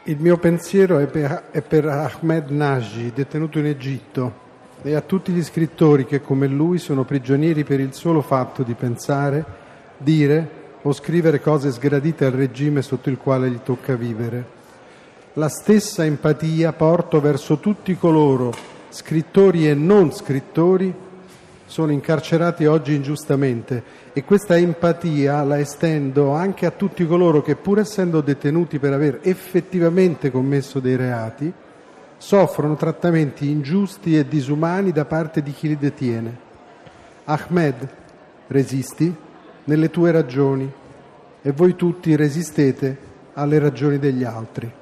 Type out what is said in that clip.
Il mio pensiero è per Ahmed Nagy, detenuto in Egitto, e a tutti gli scrittori che come lui sono prigionieri per il solo fatto di pensare, dire o scrivere cose sgradite al regime sotto il quale gli tocca vivere. La stessa empatia porto verso tutti coloro, scrittori e non scrittori, sono incarcerati oggi ingiustamente, e questa empatia la estendo anche a tutti coloro che, pur essendo detenuti per aver effettivamente commesso dei reati, soffrono trattamenti ingiusti e disumani da parte di chi li detiene. Ahmed, resisti nelle tue ragioni, e voi tutti resistete alle ragioni degli altri.